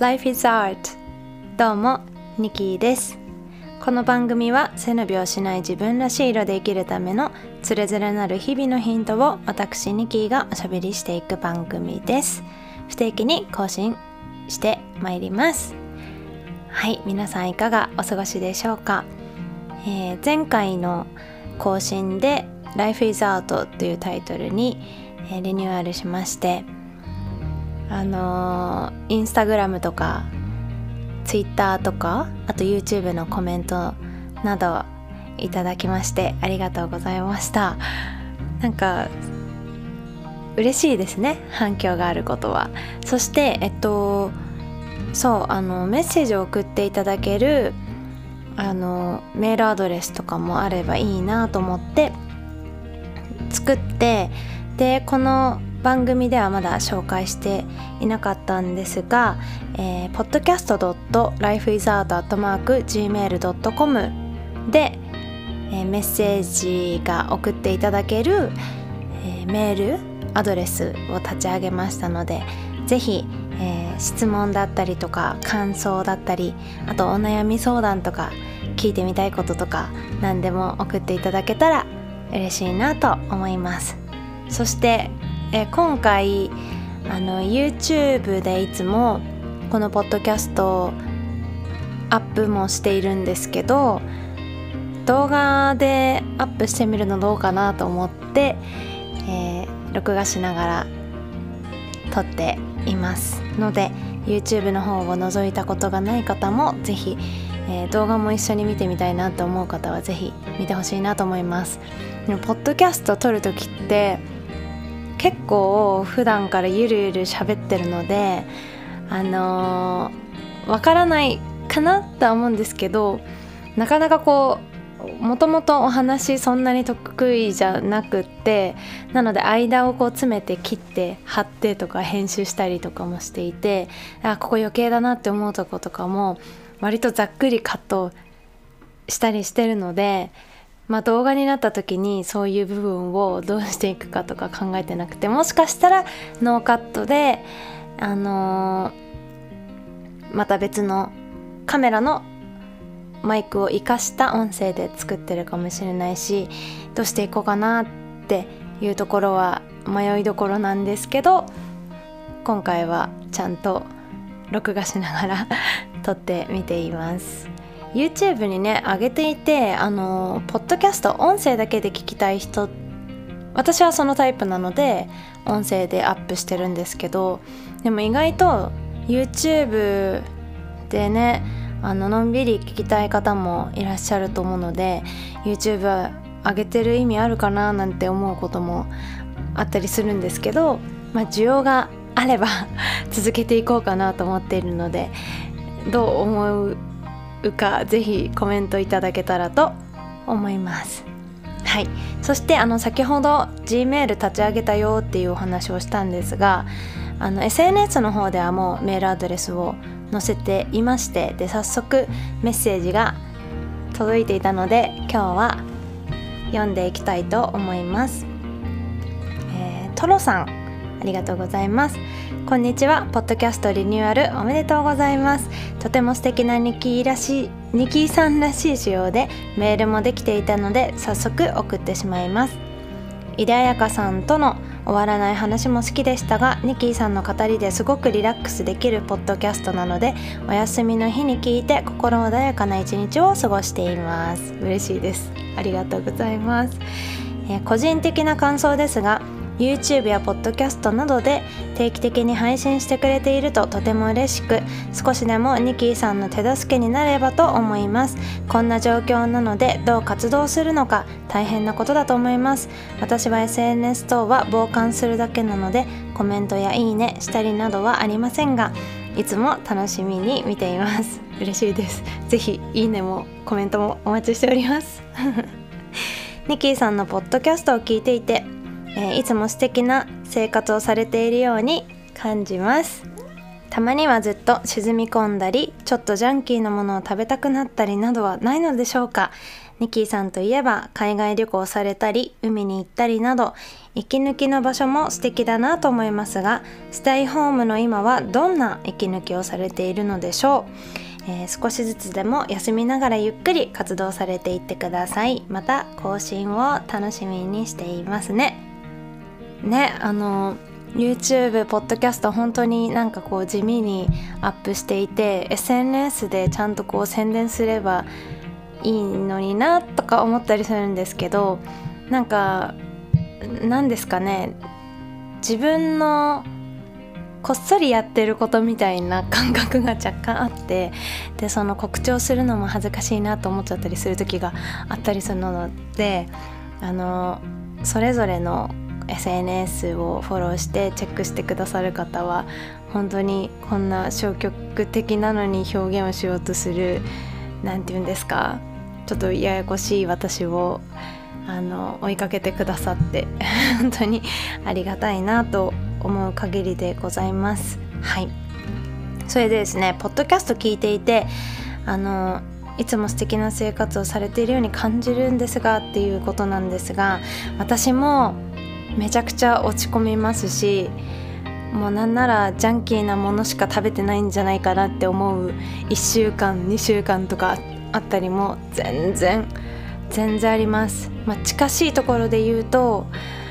Life is Art。 どうもニキです。この番組は背伸びをしない自分らしい色で生きるためのつれづれなる日々のヒントを私ニキがおしゃべりしていく番組です。不定期に更新してまいります。はい、皆さんいかがお過ごしでしょうか。前回の更新で Life is Art というタイトルに、リニューアルしまして、インスタグラムとかツイッターとか、あと YouTube のコメントなどいただきましてありがとうございました。なんか嬉しいですね、反響があることは。そしてメッセージを送っていただけるメールアドレスとかもあればいいなと思って作って、でこの番組ではまだ紹介していなかったんですが、podcast.lifeisart@gmail.com で、メッセージが送っていただける、メールアドレスを立ち上げましたので、ぜひ、質問だったりとか感想だったり、あとお悩み相談とか聞いてみたいこととか何でも送っていただけたら嬉しいなと思います。そして今回YouTube でいつもこのポッドキャストをアップもしているんですけど、動画でアップしてみるのどうかなと思って、録画しながら撮っていますので、 YouTube の方を覗いたことがない方もぜひ、動画も一緒に見てみたいなと思う方はぜひ見てほしいなと思います。でもポッドキャスト撮るときって結構普段からゆるゆる喋ってるのでわからないかなとは思うんですけど、なかなかもともとお話そんなに得意じゃなくって、なので間を詰めて切って貼ってとか編集したりとかもしていて、ここ余計だなって思うとことかも割とざっくりカットしたりしてるので、動画になった時にそういう部分をどうしていくかとか考えてなくて、もしかしたらノーカットでまた別のカメラのマイクを活かした音声で作ってるかもしれないし、どうしていこうかなっていうところは迷いどころなんですけど、今回はちゃんと録画しながら撮ってみています。YouTube にね上げていて、ポッドキャスト音声だけで聞きたい人、私はそのタイプなので音声でアップしてるんですけど、でも意外と YouTube でねのんびり聞きたい方もいらっしゃると思うので、 YouTube 上げてる意味あるかななんて思うこともあったりするんですけど、需要があれば続けていこうかなと思っているので、どう思うかぜひコメントいただけたらと思います。はい、そして先ほど Gmail 立ち上げたよっていうお話をしたんですが、SNS の方ではもうメールアドレスを載せていまして、で早速メッセージが届いていたので今日は読んでいきたいと思います。トロさん、ありがとうございます。こんにちは。ポッドキャストリニューアルおめでとうございます。とても素敵なニキーさんらしい仕様でメールもできていたので早速送ってしまいます。井出彩香さんとの終わらない話も好きでしたが、ニキーさんの語りですごくリラックスできるポッドキャストなので、お休みの日に聞いて心穏やかな一日を過ごしています。嬉しいです。ありがとうございます。個人的な感想ですが、YouTube やポッドキャストなどで定期的に配信してくれているととても嬉しく、少しでもニキーさんの手助けになればと思います。こんな状況なのでどう活動するのか大変なことだと思います。私は SNS 等は傍観するだけなのでコメントやいいねしたりなどはありませんが、いつも楽しみに見ています。嬉しいです。ぜひいいねもコメントもお待ちしておりますニキーさんのポッドキャストを聞いていて、いつも素敵な生活をされているように感じます。たまにはずっと沈み込んだり、ちょっとジャンキーなものを食べたくなったりなどはないのでしょうか。 ニキーさんといえば海外旅行されたり海に行ったりなど息抜きの場所も素敵だなと思いますが、ステイホームの今はどんな息抜きをされているのでしょう。少しずつでも休みながらゆっくり活動されていってください。また更新を楽しみにしていますね。YouTube、ポッドキャスト本当になんかこう地味にアップしていて、 SNS でちゃんとこう宣伝すればいいのになとか思ったりするんですけど、なんかなんですかね、自分のこっそりやってることみたいな感覚が若干あって、でその告知をするのも恥ずかしいなと思っちゃったりする時があったりするので、それぞれの SNS をフォローしてチェックしてくださる方は本当にこんな消極的なのに表現をしようとする、なんていうんですか、ちょっとややこしい私を追いかけてくださって本当にありがたいなと思う限りでございます。はい。それでですね、ポッドキャスト聞いていていつも素敵な生活をされているように感じるんですがっていうことなんですが、私もめちゃくちゃ落ち込みますし、もうなんならジャンキーなものしか食べてないんじゃないかなって思う1週間2週間とかあったりも全然あります。近しいところで言うと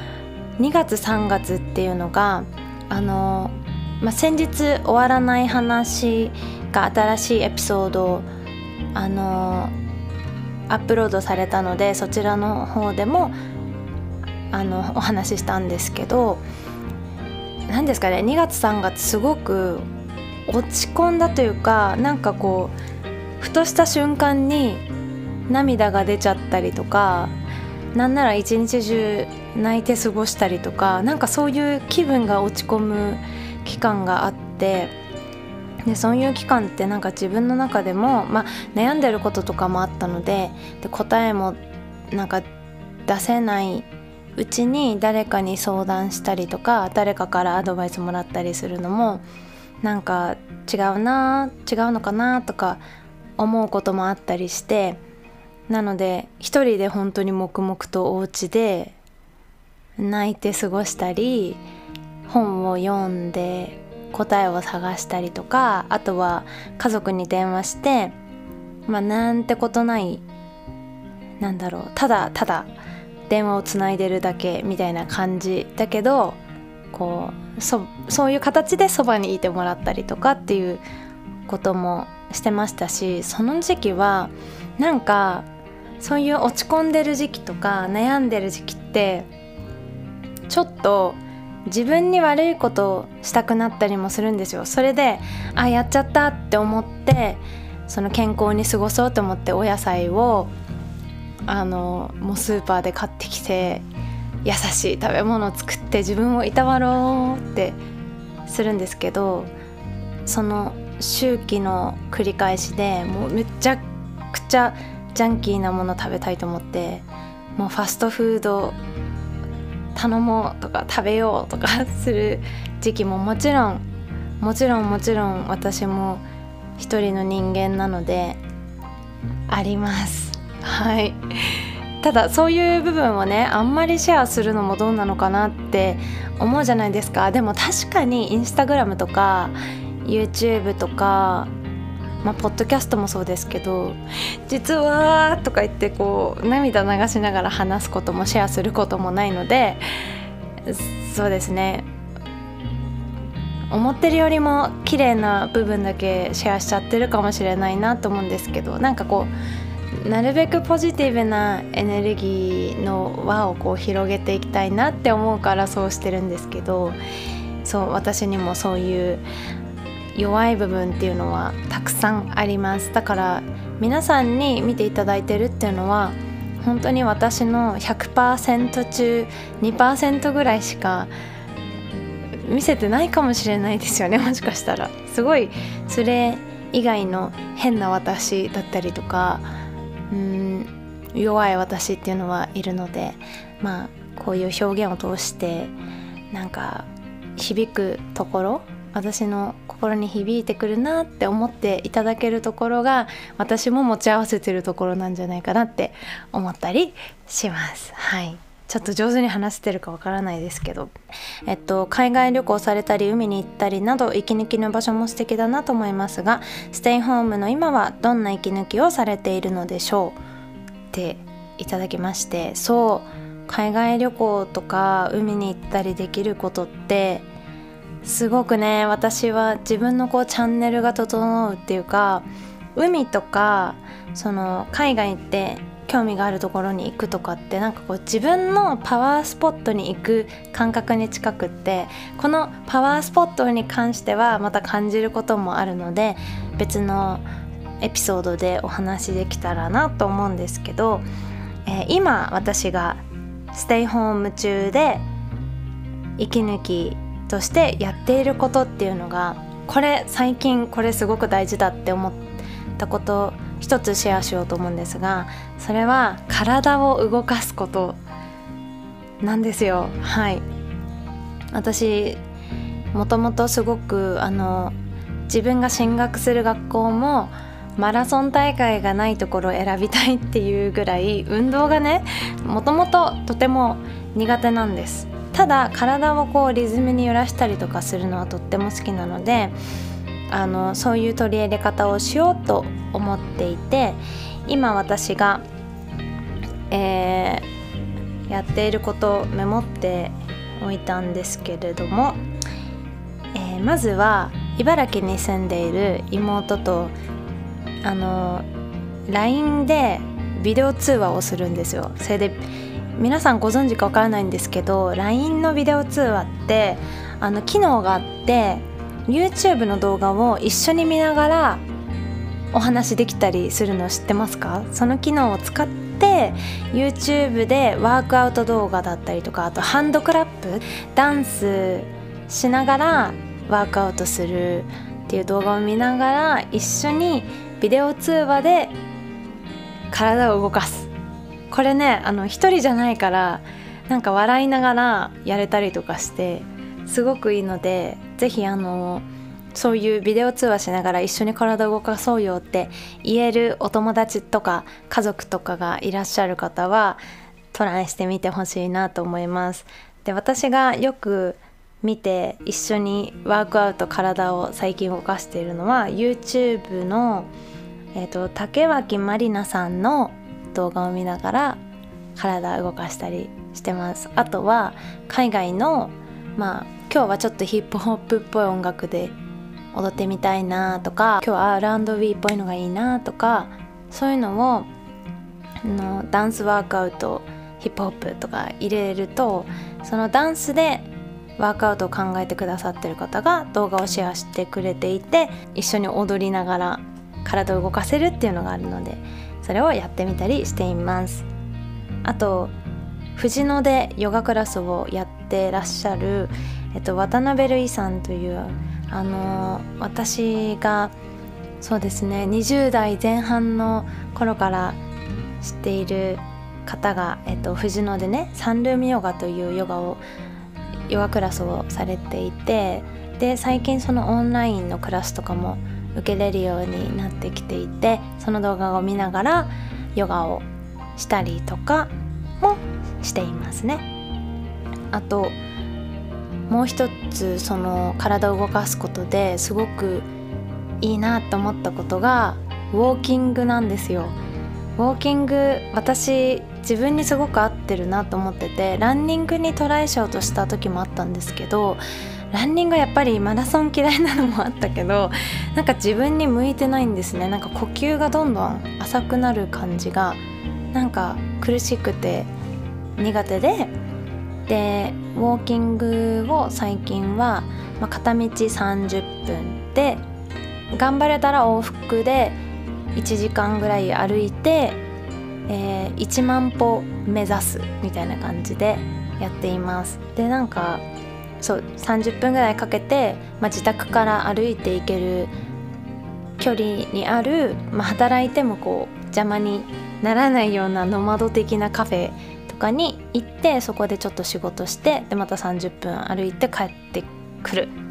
2月3月っていうのが先日終わらない話が新しいエピソードをアップロードされたので、そちらの方でもお話ししたんですけど、何ですかね、2月3月すごく落ち込んだというか、なんかこうふとした瞬間に涙が出ちゃったりとか、なんなら一日中泣いて過ごしたりとか、なんかそういう気分が落ち込む期間があって、でそういう期間ってなんか自分の中でも、悩んでることとかもあったので、答えもなんか出せないうちに誰かに相談したりとか、誰かからアドバイスもらったりするのもなんか違うのかなとか思うこともあったりして、なので一人で本当に黙々とお家で泣いて過ごしたり、本を読んで答えを探したりとか、あとは家族に電話してなんてことない、ただ電話をつないでるだけみたいな感じだけど、こうそういう形でそばにいてもらったりとかっていうこともしてましたし、その時期はなんかそういう落ち込んでる時期とか悩んでる時期ってちょっと自分に悪いことをしたくなったりもするんですよ。それでやっちゃったって思って、その健康に過ごそうと思ってお野菜をもうスーパーで買ってきて優しい食べ物を作って自分をいたわろうってするんですけど、その周期の繰り返しでもうめちゃくちゃジャンキーなもの食べたいと思って、もうファストフード頼もうとか食べようとかする時期ももちろん私も一人の人間なのであります。はい。ただそういう部分をね、あんまりシェアするのもどうなのかなって思うじゃないですか。でも確かにインスタグラムとか YouTube とか、ポッドキャストもそうですけど、実はとか言ってこう涙流しながら話すこともシェアすることもないので、そうですね、思ってるよりも綺麗な部分だけシェアしちゃってるかもしれないなと思うんですけど、なんかこうなるべくポジティブなエネルギーの輪をこう広げていきたいなって思うからそうしてるんですけど、そう私にもそういう弱い部分っていうのはたくさんあります。だから皆さんに見ていただいてるっていうのは本当に私の 100% 中 2% ぐらいしか見せてないかもしれないですよね。もしかしたらすごいそれ以外の変な私だったりとか弱い私っていうのはいるので、こういう表現を通してなんか響くところ私の心に響いてくるなって思っていただけるところが、私も持ち合わせてるところなんじゃないかなって思ったりします。はい、ちょっと上手に話せてるかわからないですけど、海外旅行されたり海に行ったりなど息抜きの場所も素敵だなと思いますが、ステイホームの今はどんな息抜きをされているのでしょうっていただきまして、そう、海外旅行とか海に行ったりできることってすごくね、私は自分のチャンネルが整うっていうか、海とかその海外って興味があるところに行くとかって、なんか自分のパワースポットに行く感覚に近くって、このパワースポットに関してはまた感じることもあるので、別のエピソードでお話できたらなと思うんですけど、今私がステイホーム中で息抜きとしてやっていることっていうのが、最近これすごく大事だって思ったこと一つシェアしようと思うんですが、それは体を動かすことなんですよ。はい、私もともとすごく自分が進学する学校もマラソン大会がないところを選びたいっていうぐらい運動がね、もともととても苦手なんです。ただ体をリズムに揺らしたりとかするのはとっても好きなので、そういう取り入れ方をしようと思っていて、今私が、やっていることをメモっておいたんですけれども、まずは茨城に住んでいる妹とLINE でビデオ通話をするんですよ。それで皆さんご存知かわからないんですけど、 LINE のビデオ通話って機能があって、 YouTube の動画を一緒に見ながらお話できたりするの知ってますか？その機能を使って YouTube でワークアウト動画だったりとか、あとハンドクラップ、ダンスしながらワークアウトするっていう動画を見ながら一緒にビデオ通話で体を動かす。これね、一人じゃないからなんか笑いながらやれたりとかしてすごくいいので、ぜひそういうビデオ通話しながら一緒に体を動かそうよって言えるお友達とか家族とかがいらっしゃる方はトライしてみてほしいなと思います。で、私がよく見て一緒にワークアウト、体を最近動かしているのは YouTube の、竹脇まりなさんの動画を見ながら体を動かしたりしてます。あとは海外の今日はちょっとヒップホップっぽい音楽で踊ってみたいなとか、今日は R&B っぽいのがいいなとか、そういうのをダンスワークアウト、ヒップホップとか入れると、そのダンスでワークアウトを考えてくださってる方が動画をシェアしてくれていて、一緒に踊りながら体を動かせるっていうのがあるので、それをやってみたりしています。あと藤野でヨガクラスをやってらっしゃる、渡辺瑠衣さんという私がそうですね20代前半の頃から知っている方が、藤野でねサンルームヨガというヨガクラスをされていて、で最近そのオンラインのクラスとかも受けれるようになってきていて、その動画を見ながらヨガをしたりとかもしていますね。あともう一つ、その体を動かすことですごくいいなと思ったことがウォーキングなんですよ。ウォーキング、私自分にすごく合ってるなと思ってて、ランニングにトライしようとした時もあったんですけど、ランニングはやっぱりマラソン嫌いなのもあったけど、なんか自分に向いてないんですね。なんか呼吸がどんどん浅くなる感じがなんか苦しくて苦手で、ウォーキングを最近は、片道30分で頑張れたら往復で1時間ぐらい歩いて、1万歩目指すみたいな感じでやっています。でなんかそう30分ぐらいかけて、自宅から歩いていける距離にある、働いても邪魔にならないようなノマド的なカフェとかに行って、そこでちょっと仕事して、でまた30分歩いて帰ってくる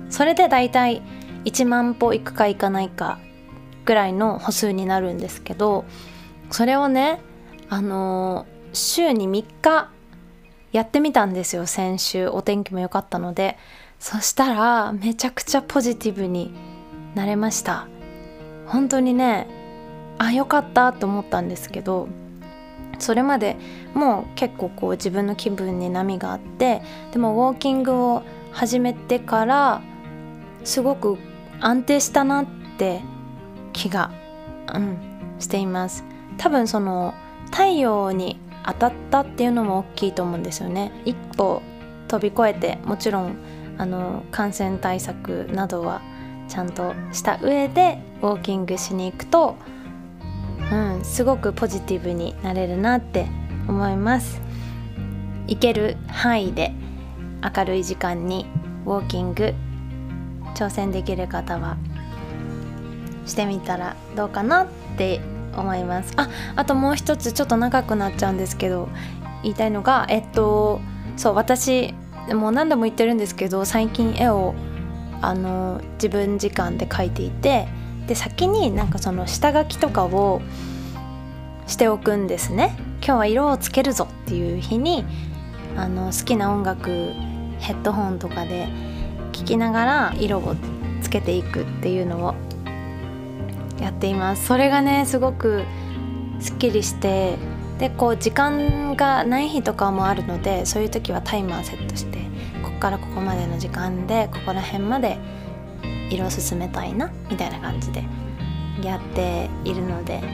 それでだいたい1万歩行くか行かないかぐらいの歩数になるんですけど、それをね週に3日やってみたんですよ。先週お天気も良かったので。そしたらめちゃくちゃポジティブになれました。本当にね、良かったと思ったんですけど、それまでもう結構こう自分の気分に波があって、でもウォーキングを始めてからすごく安定したなって気が、しています。多分その太陽に当たったっていうのも大きいと思うんですよね。一歩飛び越えて、もちろん感染対策などはちゃんとした上でウォーキングしに行くと、すごくポジティブになれるなって思います。行ける範囲で明るい時間にウォーキング挑戦できる方はしてみたらどうかなって思います。あともう一つちょっと長くなっちゃうんですけど言いたいのが、そう、私もう何度も言ってるんですけど、最近絵を自分時間で描いていて、で先になんかその下書きとかをしておくんですね。今日は色をつけるぞっていう日に好きな音楽ヘッドホンとかで聴きながら色をつけていくっていうのをやっています。それがねすごくすっきりして、でこう時間がない日とかもあるので、そういう時はタイマーセットして、ここからここまでの時間でここら辺まで色を進めたいなみたいな感じでやっているので、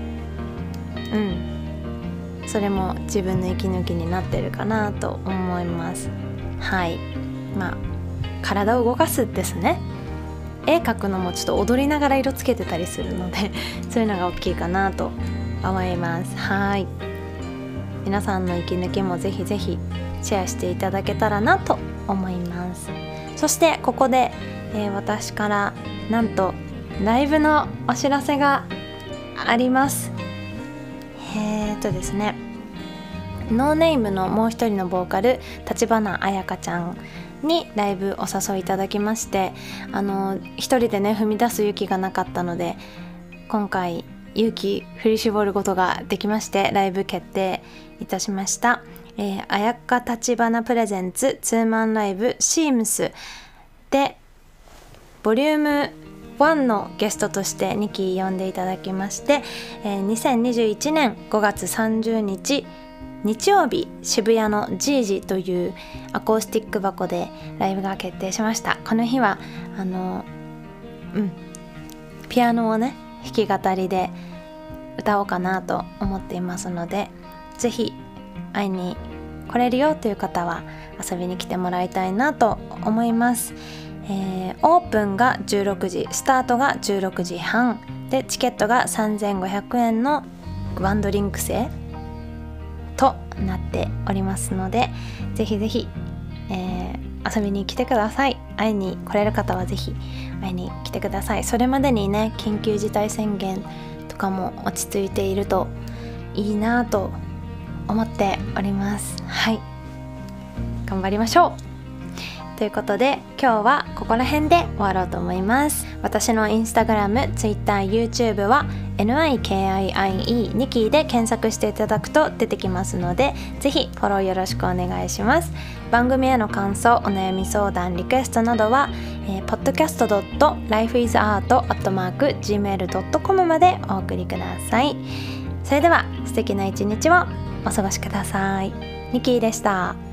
それも自分の息抜きになってるかなと思います。はい、体を動かすですね。絵描くのもちょっと踊りながら色つけてたりするのでそういうのが大きいかなと思います。はい、皆さんの息抜きもぜひぜひシェアしていただけたらなと思います。そしてここで、私からなんとライブのお知らせがあります。ですね、ノーネームのもう一人のボーカル橘彩香ちゃんにライブお誘いいただきまして、一人でね踏み出す勇気がなかったので、今回勇気振り絞ることができまして、ライブ決定いたしました。彩香橘プレゼンツツーマンライブシームスでボリューム1のゲストとして2期呼んでいただきまして、2021年5月30日日曜日、渋谷のジージというアコースティック箱でライブが決定しました。この日はピアノをね弾き語りで歌おうかなと思っていますので、ぜひ会いに来れるよという方は遊びに来てもらいたいなと思います。オープンが16時、スタートが16時半で、チケットが3500円のワンドリンク制となっておりますので、ぜひぜひ、遊びに来てください。会いに来れる方はぜひ会いに来てください。それまでにね、緊急事態宣言とかも落ち着いているといいなと思っております。はい、頑張りましょうということで、今日はここら辺で終わろうと思います。私のインスタグラム、ツイッター、YouTube は NIKIIE ニキで検索していただくと出てきますので、ぜひフォローよろしくお願いします。番組への感想、お悩み相談、リクエストなどは、podcast.lifeisart@gmail.com までお送りください。それでは素敵な一日をお過ごしください。ニキでした。